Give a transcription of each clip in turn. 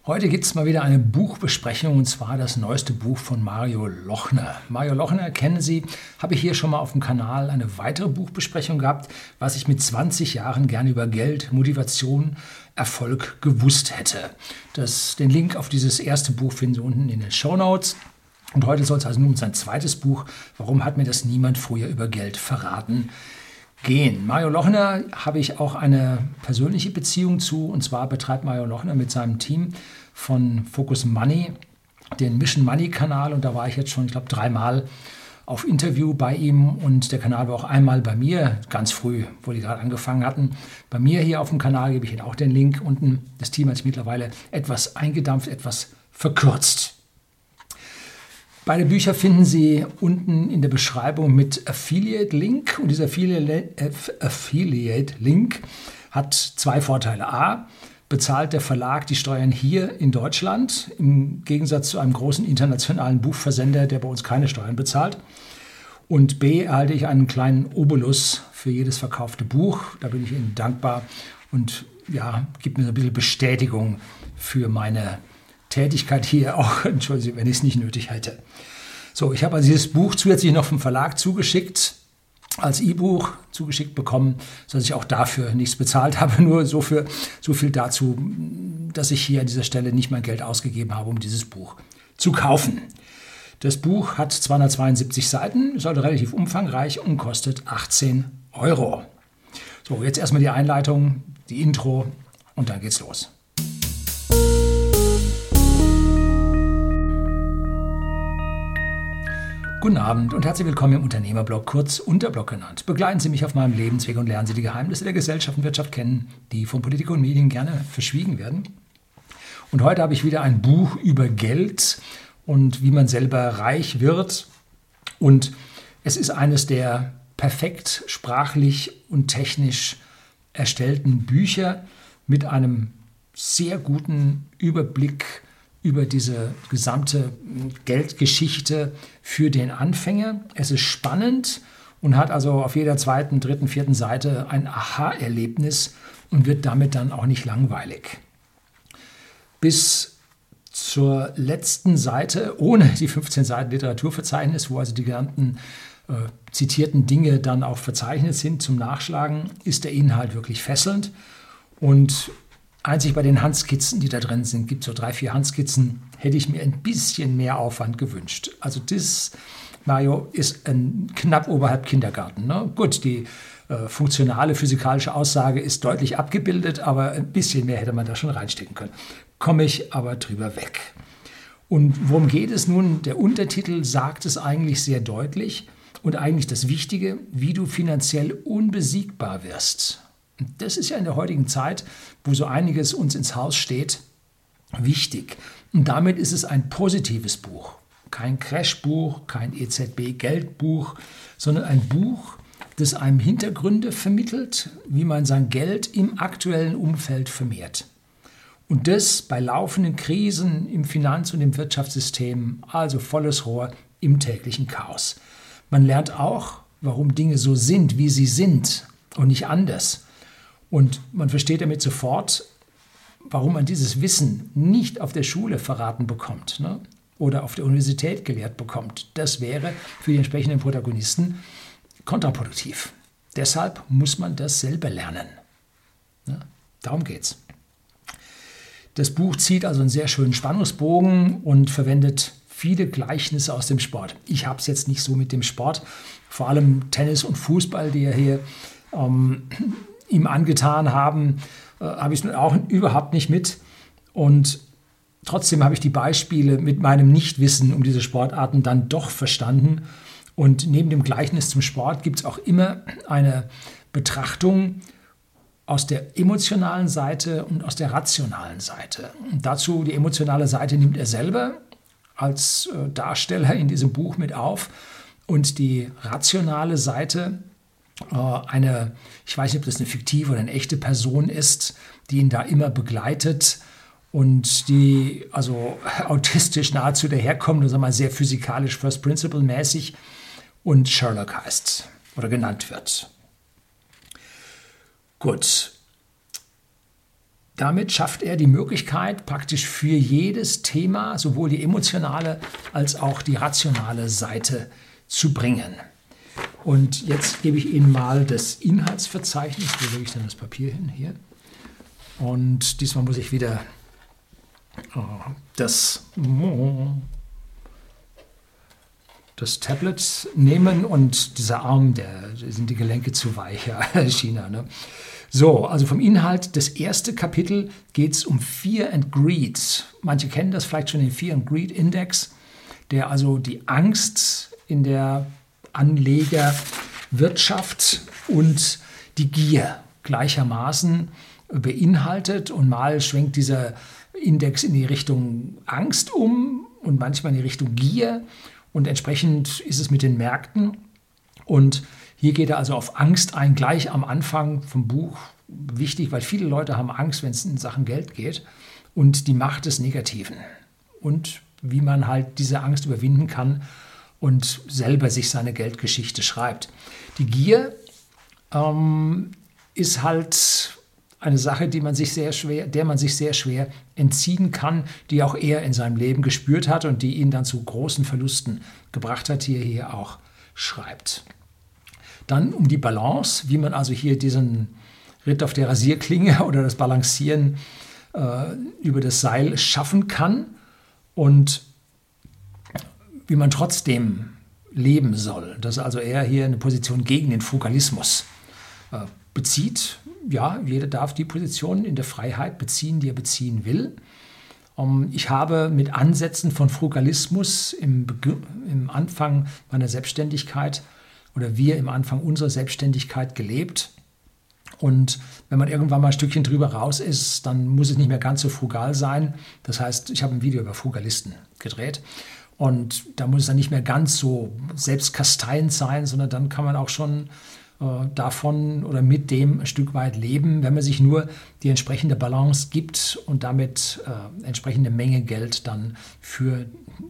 Heute gibt es mal wieder eine Buchbesprechung und zwar das neueste Buch von Mario Lochner. Mario Lochner kennen Sie, habe ich hier schon mal auf dem Kanal eine weitere Buchbesprechung gehabt, was ich mit 20 Jahren gerne über Geld, Motivation, Erfolg gewusst hätte. Den Link auf dieses erste Buch finden Sie unten in den Shownotes. Und heute soll es also nun um sein zweites Buch, Warum hat mir das niemand früher über Geld verraten, gehen. Mario Lochner habe ich auch eine persönliche Beziehung zu, und zwar betreibt Mario Lochner mit seinem Team von Focus Money den Mission Money Kanal, und da war ich jetzt schon, ich glaube, 3-mal auf Interview bei ihm, und der Kanal war auch einmal bei mir, ganz früh, wo die gerade angefangen hatten. Bei mir hier auf dem Kanal gebe ich Ihnen auch den Link unten. Das Team hat sich mittlerweile etwas eingedampft, etwas verkürzt. Beide Bücher finden Sie unten in der Beschreibung mit Affiliate-Link. Und dieser Affiliate-Link hat zwei Vorteile. A, bezahlt der Verlag die Steuern hier in Deutschland, im Gegensatz zu einem großen internationalen Buchversender, der bei uns keine Steuern bezahlt. Und B, erhalte ich einen kleinen Obolus für jedes verkaufte Buch. Da bin ich Ihnen dankbar und ja, gibt mir so ein bisschen Bestätigung für meine Tätigkeit hier auch, entschuldigen Sie, wenn ich es nicht nötig hätte. So, ich habe also dieses Buch zusätzlich noch vom Verlag zugeschickt, als E-Buch zugeschickt bekommen, sodass ich auch dafür nichts bezahlt habe, nur so viel dazu, dass ich hier an dieser Stelle nicht mein Geld ausgegeben habe, um dieses Buch zu kaufen. Das Buch hat 272 Seiten, ist also relativ umfangreich und kostet 18 €. So, jetzt erstmal die Einleitung, die Intro und dann geht's los. Guten Abend und herzlich willkommen im Unternehmerblog, kurz Unterblog genannt. Begleiten Sie mich auf meinem Lebensweg und lernen Sie die Geheimnisse der Gesellschaft und Wirtschaft kennen, die von Politik und Medien gerne verschwiegen werden. Und heute habe ich wieder ein Buch über Geld und wie man selber reich wird. Und es ist eines der perfekt sprachlich und technisch erstellten Bücher mit einem sehr guten Überblick über diese gesamte Geldgeschichte für den Anfänger. Es ist spannend und hat also auf jeder zweiten, dritten, vierten Seite ein Aha-Erlebnis und wird damit dann auch nicht langweilig. Bis zur letzten Seite, ohne die 15 Seiten Literaturverzeichnis, wo also die genannten zitierten Dinge dann auch verzeichnet sind zum Nachschlagen, ist der Inhalt wirklich fesselnd. Und einzig bei den Handskizzen, die da drin sind, gibt es so 3-4 Handskizzen, hätte ich mir ein bisschen mehr Aufwand gewünscht. Also das, Mario, ist knapp oberhalb Kindergarten. Ne? Gut, die funktionale physikalische Aussage ist deutlich abgebildet, aber ein bisschen mehr hätte man da schon reinstecken können. Komme ich aber drüber weg. Und worum geht es nun? Der Untertitel sagt es eigentlich sehr deutlich und eigentlich das Wichtige, wie du finanziell unbesiegbar wirst. Das ist ja in der heutigen Zeit, wo so einiges uns ins Haus steht, wichtig. Und damit ist es ein positives Buch. Kein Crashbuch, kein EZB-Geldbuch, sondern ein Buch, das einem Hintergründe vermittelt, wie man sein Geld im aktuellen Umfeld vermehrt. Und das bei laufenden Krisen im Finanz- und im Wirtschaftssystem, also volles Rohr im täglichen Chaos. Man lernt auch, warum Dinge so sind, wie sie sind und nicht anders. Und man versteht damit sofort, warum man dieses Wissen nicht auf der Schule verraten bekommt, ne? Oder auf der Universität gelehrt bekommt. Das wäre für die entsprechenden Protagonisten kontraproduktiv. Deshalb muss man das selber lernen. Ne? Darum geht's. Das Buch zieht also einen sehr schönen Spannungsbogen und verwendet viele Gleichnisse aus dem Sport. Ich habe es jetzt nicht so mit dem Sport, vor allem Tennis und Fußball, die ja hier ihm angetan haben, habe ich es auch überhaupt nicht mit. Und trotzdem habe ich die Beispiele mit meinem Nichtwissen um diese Sportarten dann doch verstanden. Und neben dem Gleichnis zum Sport gibt es auch immer eine Betrachtung aus der emotionalen Seite und aus der rationalen Seite. Und dazu die emotionale Seite nimmt er selber als Darsteller in diesem Buch mit auf. Und die rationale Seite, ich weiß nicht, ob das eine fiktive oder eine echte Person ist, die ihn da immer begleitet und die also autistisch nahezu daherkommt, sagen wir mal sehr physikalisch First Principle mäßig und Sherlock heißt oder genannt wird. Gut. damit schafft er die Möglichkeit, praktisch für jedes Thema sowohl die emotionale als auch die rationale Seite zu bringen. Und jetzt gebe ich Ihnen mal das Inhaltsverzeichnis. Wo lege ich denn das Papier hin? Hier. Und diesmal muss ich wieder das Tablet nehmen und dieser Arm, da sind die Gelenke zu weich, ja, China, ne? So, also vom Inhalt, das erste Kapitel geht es um Fear and Greed. Manche kennen das vielleicht schon, den Fear and Greed Index, der also die Angst in der Anlegerwirtschaft und die Gier gleichermaßen beinhaltet. Und mal schwenkt dieser Index in die Richtung Angst um und manchmal in die Richtung Gier. Und entsprechend ist es mit den Märkten. Und hier geht er also auf Angst ein, gleich am Anfang vom Buch. Wichtig, weil viele Leute haben Angst, wenn es in Sachen Geld geht. Und die Macht des Negativen. Und wie man halt diese Angst überwinden kann und selber sich seine Geldgeschichte schreibt. Die Gier ist halt eine Sache, der man sich sehr schwer entziehen kann, die auch er in seinem Leben gespürt hat und die ihn dann zu großen Verlusten gebracht hat, die er hier auch schreibt. Dann um die Balance, wie man also hier diesen Ritt auf der Rasierklinge oder das Balancieren über das Seil schaffen kann und wie man trotzdem leben soll. Dass also er hier eine Position gegen den Frugalismus bezieht. Ja, jeder darf die Position in der Freiheit beziehen, die er beziehen will. Ich habe mit Ansätzen von Frugalismus im Anfang meiner Selbstständigkeit oder wir im Anfang unserer Selbstständigkeit gelebt. Und wenn man irgendwann mal ein Stückchen drüber raus ist, dann muss es nicht mehr ganz so frugal sein. Das heißt, ich habe ein Video über Frugalisten gedreht. Und da muss es dann nicht mehr ganz so selbstkasteiend sein, sondern dann kann man auch schon davon oder mit dem ein Stück weit leben, wenn man sich nur die entsprechende Balance gibt und damit entsprechende Menge Geld dann für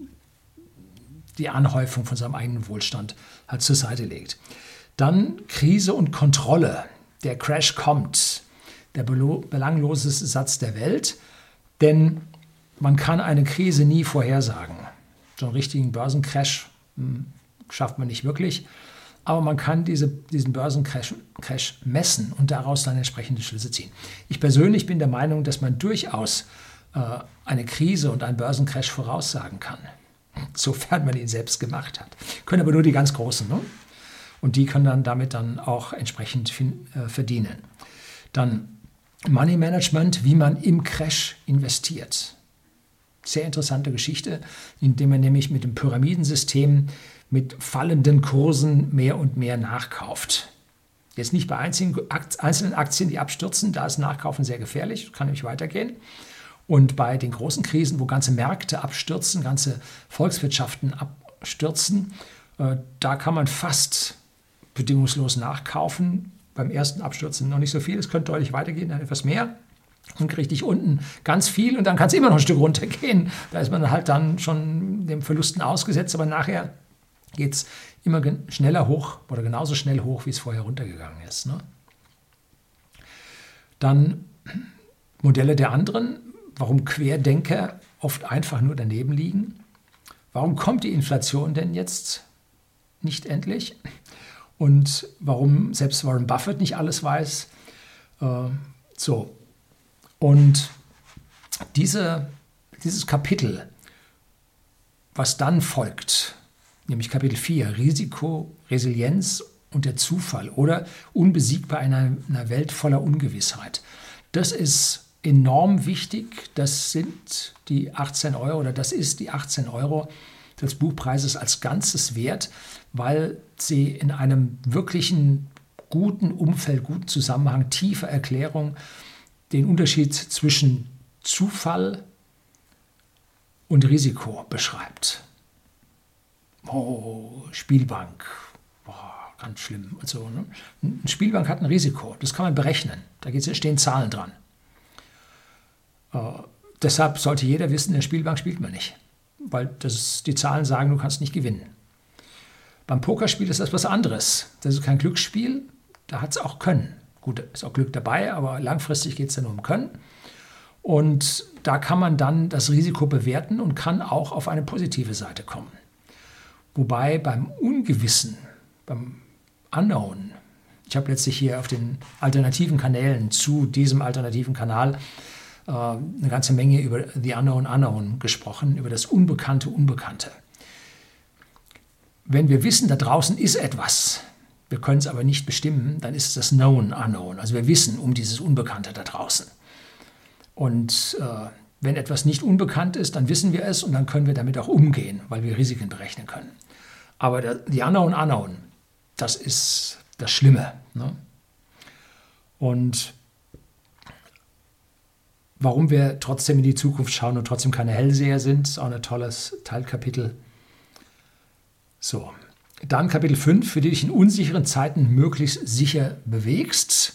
die Anhäufung von seinem eigenen Wohlstand halt zur Seite legt. Dann Krise und Kontrolle. Der Crash kommt. Der belangloseste Satz der Welt, denn man kann eine Krise nie vorhersagen. So einen richtigen Börsencrash schafft man nicht wirklich. Aber man kann diesen Börsencrash messen und daraus dann entsprechende Schlüsse ziehen. Ich persönlich bin der Meinung, dass man durchaus eine Krise und einen Börsencrash voraussagen kann, sofern man ihn selbst gemacht hat. Können aber nur die ganz Großen, ne? Und die können dann damit dann auch entsprechend verdienen. Dann Money Management, wie man im Crash investiert. Sehr interessante Geschichte, indem man nämlich mit dem Pyramidensystem mit fallenden Kursen mehr und mehr nachkauft. Jetzt nicht bei einzelnen Aktien, die abstürzen, da ist Nachkaufen sehr gefährlich, kann nämlich weitergehen. Und bei den großen Krisen, wo ganze Märkte abstürzen, ganze Volkswirtschaften abstürzen, da kann man fast bedingungslos nachkaufen. Beim ersten Abstürzen noch nicht so viel, es könnte deutlich weitergehen, dann etwas mehr. Und richtig unten ganz viel und dann kann es immer noch ein Stück runtergehen. Da ist man halt dann schon den Verlusten ausgesetzt, aber nachher geht es immer schneller hoch oder genauso schnell hoch, wie es vorher runtergegangen ist. Ne? Dann Modelle der anderen, warum Querdenker oft einfach nur daneben liegen. Warum kommt die Inflation denn jetzt nicht endlich? Und warum selbst Warren Buffett nicht alles weiß. Und dieses Kapitel, was dann folgt, nämlich Kapitel 4, Risiko, Resilienz und der Zufall oder unbesiegbar in einer Welt voller Ungewissheit. Das ist enorm wichtig. Das sind die 18 Euro oder das ist die 18 Euro des Buchpreises als Ganzes wert, weil sie in einem wirklichen guten Umfeld, guten Zusammenhang, tiefer Erklärung den Unterschied zwischen Zufall und Risiko beschreibt. Oh, Spielbank, ganz schlimm. Und so, ne? Eine Spielbank hat ein Risiko, das kann man berechnen. Da stehen Zahlen dran. Deshalb sollte jeder wissen, in der Spielbank spielt man nicht. Weil die Zahlen sagen, du kannst nicht gewinnen. Beim Pokerspiel ist das was anderes. Das ist kein Glücksspiel, da hat es auch Können. Gut, ist auch Glück dabei, aber langfristig geht es ja nur um Können. Und da kann man dann das Risiko bewerten und kann auch auf eine positive Seite kommen. Wobei beim Ungewissen, beim Unknown, ich habe letztlich hier auf den alternativen Kanälen zu diesem alternativen Kanal eine ganze Menge über The Unknown Unknown gesprochen, über das Unbekannte Unbekannte. Wenn wir wissen, da draußen ist etwas, wir können es aber nicht bestimmen, dann ist es das Known Unknown. Also wir wissen um dieses Unbekannte da draußen. Und wenn etwas nicht unbekannt ist, dann wissen wir es und dann können wir damit auch umgehen, weil wir Risiken berechnen können. Aber die Unknown Unknown, das ist das Schlimme. Ne? Und warum wir trotzdem in die Zukunft schauen und trotzdem keine Hellseher sind, ist auch ein tolles Teilkapitel. So, dann Kapitel 5, für die dich in unsicheren Zeiten möglichst sicher bewegst.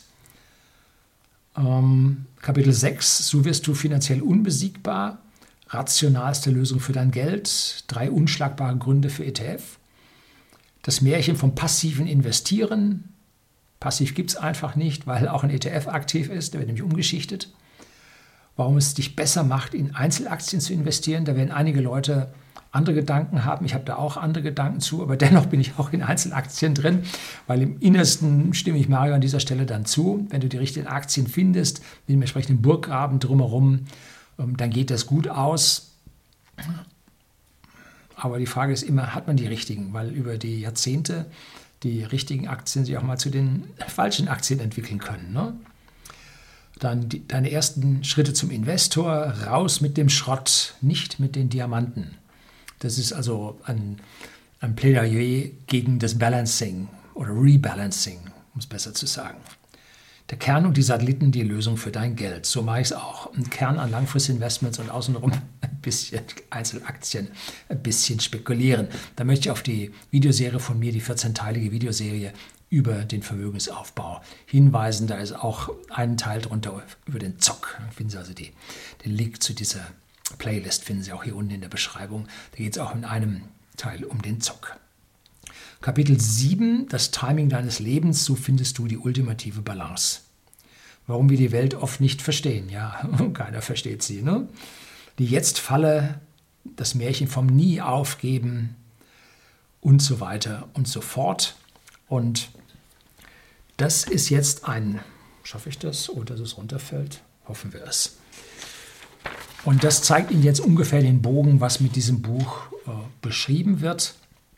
Kapitel 6, so wirst du finanziell unbesiegbar. Rationalste Lösung für dein Geld. 3 unschlagbare Gründe für ETF. Das Märchen vom passiven Investieren. Passiv gibt es einfach nicht, weil auch ein ETF aktiv ist. Der wird nämlich umgeschichtet. Warum es dich besser macht, in Einzelaktien zu investieren. Da werden einige Leute andere Gedanken haben. Ich habe da auch andere Gedanken zu, aber dennoch bin ich auch in Einzelaktien drin, weil im Innersten stimme ich Mario an dieser Stelle dann zu. Wenn du die richtigen Aktien findest, mit dem entsprechenden Burggraben drumherum, dann geht das gut aus. Aber die Frage ist immer, hat man die richtigen? Weil über die Jahrzehnte die richtigen Aktien sich auch mal zu den falschen Aktien entwickeln können. Ne? Dann deine ersten Schritte zum Investor, raus mit dem Schrott, nicht mit den Diamanten. Das ist also ein Plädoyer gegen das Balancing oder Rebalancing, um es besser zu sagen. Der Kern und die Satelliten, die Lösung für dein Geld. So mache ich es auch. Ein Kern an Langfristinvestments und außenrum ein bisschen Einzelaktien, ein bisschen spekulieren. Da möchte ich auf die Videoserie von mir, die 14-teilige Videoserie über den Vermögensaufbau hinweisen. Da ist auch ein Teil drunter über den Zock. Da finden Sie also den Link zu dieser Playlist, finden Sie auch hier unten in der Beschreibung. Da geht es auch in einem Teil um den Zock. Kapitel 7, das Timing deines Lebens, so findest du die ultimative Balance. Warum wir die Welt oft nicht verstehen. Ja, keiner versteht sie. Ne? Die Jetzt-Falle, das Märchen vom Nie aufgeben und so weiter und so fort. Und das ist jetzt schaffe ich das? Oh, dass es runterfällt? Hoffen wir es. Und das zeigt Ihnen jetzt ungefähr den Bogen, was mit diesem Buch beschrieben wird.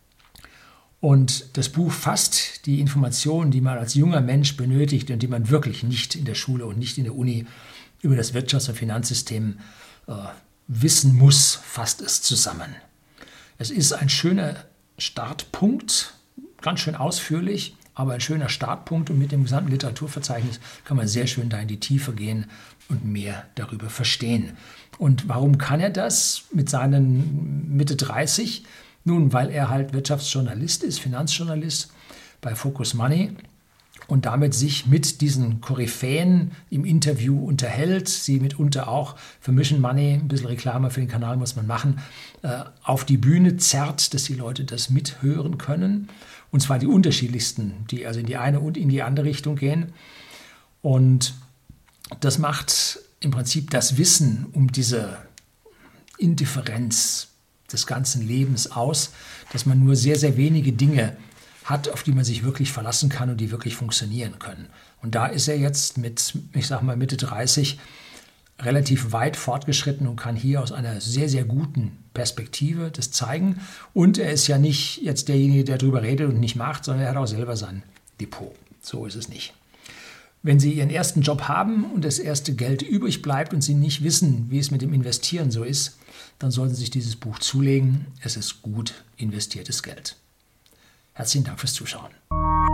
Und das Buch fasst die Informationen, die man als junger Mensch benötigt und die man wirklich nicht in der Schule und nicht in der Uni über das Wirtschafts- und Finanzsystem wissen muss, fasst es zusammen. Es ist ein schöner Startpunkt, ganz schön ausführlich, aber ein schöner Startpunkt und mit dem gesamten Literaturverzeichnis kann man sehr schön da in die Tiefe gehen und mehr darüber verstehen. Und warum kann er das mit seinen Mitte 30? Nun, weil er halt Wirtschaftsjournalist ist, Finanzjournalist bei Focus Money und damit sich mit diesen Koryphäen im Interview unterhält, sie mitunter auch für Mission Money, ein bisschen Reklame für den Kanal muss man machen, auf die Bühne zerrt, dass die Leute das mithören können. Und zwar die unterschiedlichsten, die also in die eine und in die andere Richtung gehen. Und das macht im Prinzip das Wissen um diese Indifferenz des ganzen Lebens aus, dass man nur sehr, sehr wenige Dinge hat, auf die man sich wirklich verlassen kann und die wirklich funktionieren können. Und da ist er jetzt mit, ich sag mal Mitte 30, relativ weit fortgeschritten und kann hier aus einer sehr, sehr guten Perspektive das zeigen. Und er ist ja nicht jetzt derjenige, der darüber redet und nicht macht, sondern er hat auch selber sein Depot. So ist es nicht. Wenn Sie Ihren ersten Job haben und das erste Geld übrig bleibt und Sie nicht wissen, wie es mit dem Investieren so ist, dann sollten Sie sich dieses Buch zulegen. Es ist gut investiertes Geld. Herzlichen Dank fürs Zuschauen.